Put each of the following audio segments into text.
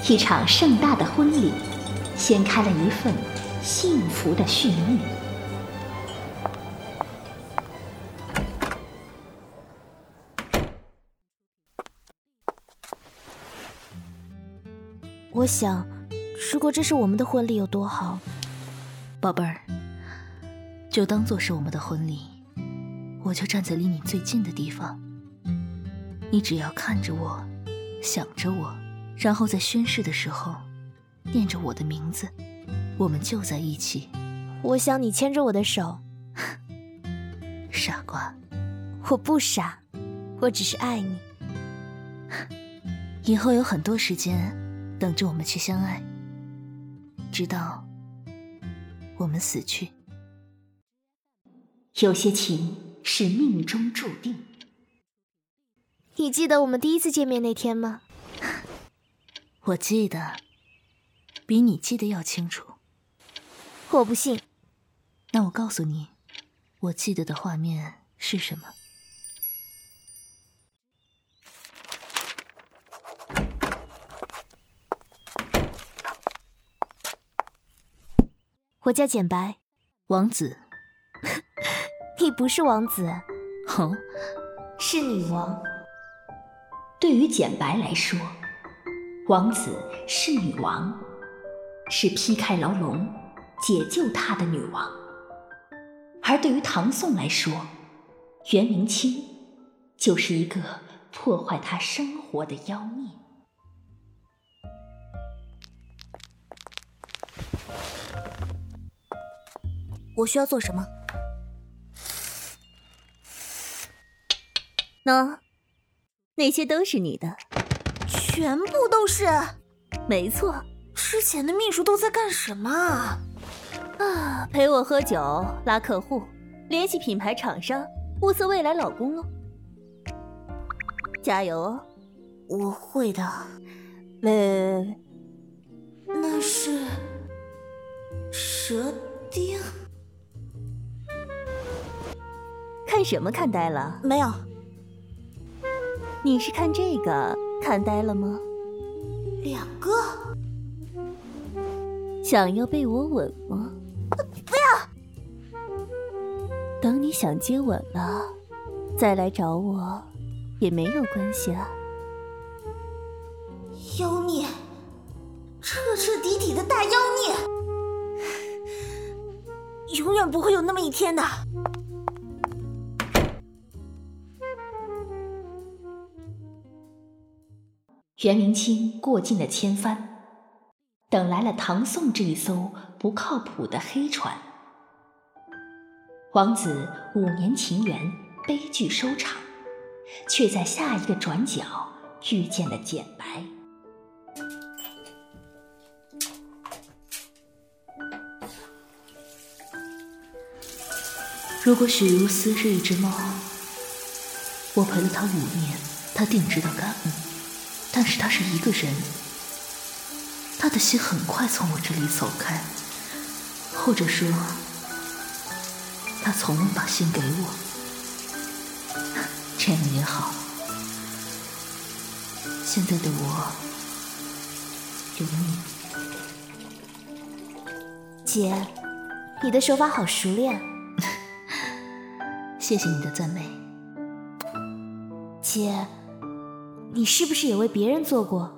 一场盛大的婚礼，掀开了一份幸福的序幕。 我想，如果这是我们的婚礼有多好。 宝贝儿，就当做是我们的婚礼，我就站在离你最近的地方，你只要看着我，想着我，然后在宣誓的时候念着我的名字，我们就在一起。 我想你牵着我的手。 傻瓜， 我不傻，我只是爱你。 以后有很多时间等着我们去相爱，直到我们死去。 有些情是命中注定。 你记得我们第一次见面那天吗？ 我记得，比你记得要清楚。 我不信。 那我告诉你，我记得的画面是什么。 我叫简白。 王子。 你不是王子。 哦， 是女王。对于简白来说，王子是女王，是劈开牢笼解救他的女王。而对于唐宋来说，袁明清就是一个破坏他生活的妖孽。 我需要做什么？ 那些都是你的。 全部都是？ 没错。 之前的秘书都在干什么啊？ 陪我喝酒，拉客户，联系品牌厂商，物色未来老公咯。加油哦。 我会的。喂，那是蛇钉？ 看什么看呆了？ 没有。 你是看这个看呆了吗 ？2个。 想要被我吻吗？ 不要。 等你想接吻了，再来找我也没有关系啊。 妖孽，彻彻底底的大妖孽，永远不会有那么一天的。 袁明清过尽了千帆，等来了唐宋这一艘不靠谱的黑船。王子5年情缘悲剧收场，却在下一个转角遇见了简白。 如果许如斯是一只猫，我陪了它5年，它定知道感恩。但是他是一个人，他的心很快从我这里走开，或者说他从未把心给我。这样也好，现在的我有你。 姐，你的手法好熟练。 谢谢你的赞美。 姐，你是不是也为别人做过？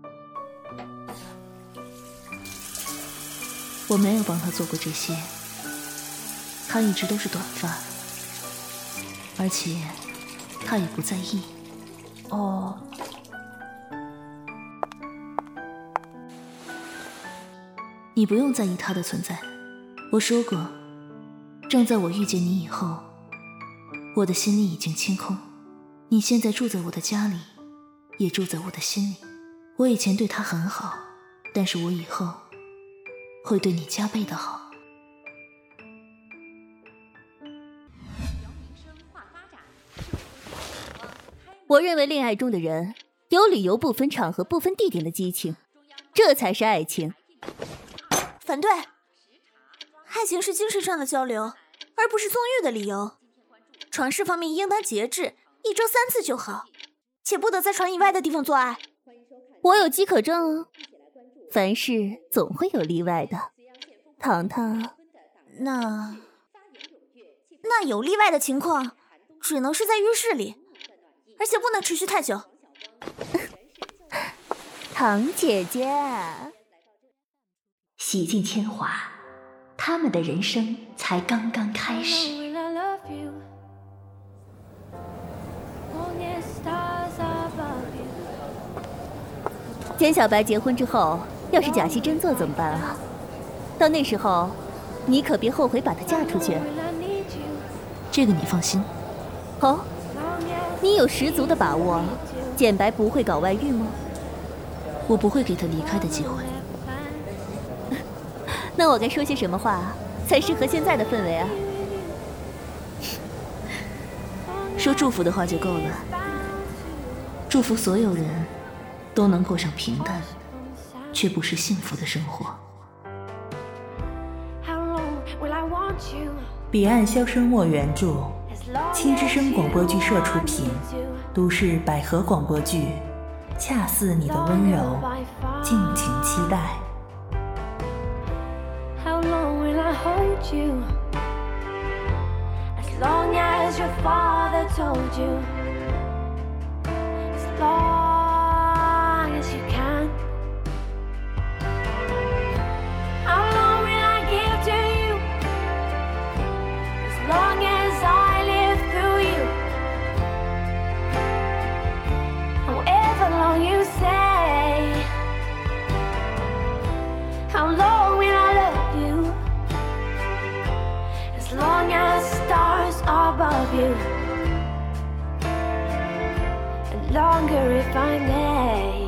我没有帮他做过这些，他一直都是短发，而且他也不在意。 哦， 你不用在意他的存在。我说过，正在我遇见你以后，我的心里已经清空。你现在住在我的家里，也住在我的心里。我以前对他很好，但是我以后会对你加倍的好。 我认为恋爱中的人有理由不分场合不分地点的激情，这才是爱情。 反对，爱情是精神上的交流，而不是纵欲的理由。床事方面应当节制，1周3次就好，且不得在床以外的地方做爱。 我有饥渴症啊。 凡事总会有例外的。糖糖， 那有例外的情况，只能是在浴室里，而且不能持续太久。 糖姐姐， 洗尽铅华，他们的人生才刚刚开始。 简小白结婚之后，要是假戏真做怎么办啊？到那时候，你可别后悔把她嫁出去。 这个你放心。 哦，你有十足的把握，简白不会搞外遇吗？ 我不会给他离开的机会。 那我该说些什么话才适合现在的氛围啊？ 说祝福的话就够了。祝福所有人都能过上平淡却不是幸福的生活。 彼岸萧生墨原著，青之声广播剧社出品，都市百合广播剧，恰似你的温柔，敬请期待。How long will I hold you? As long as your father told you. As long as you can. How long will I give to you? As long as I live through you. However long you say. How long will I love you? As long as stars are above you. And longer if I may.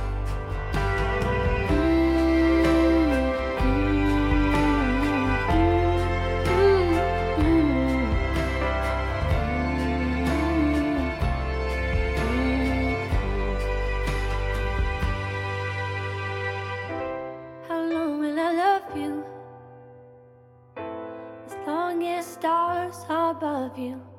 How long will I love you? As long as stars are above you.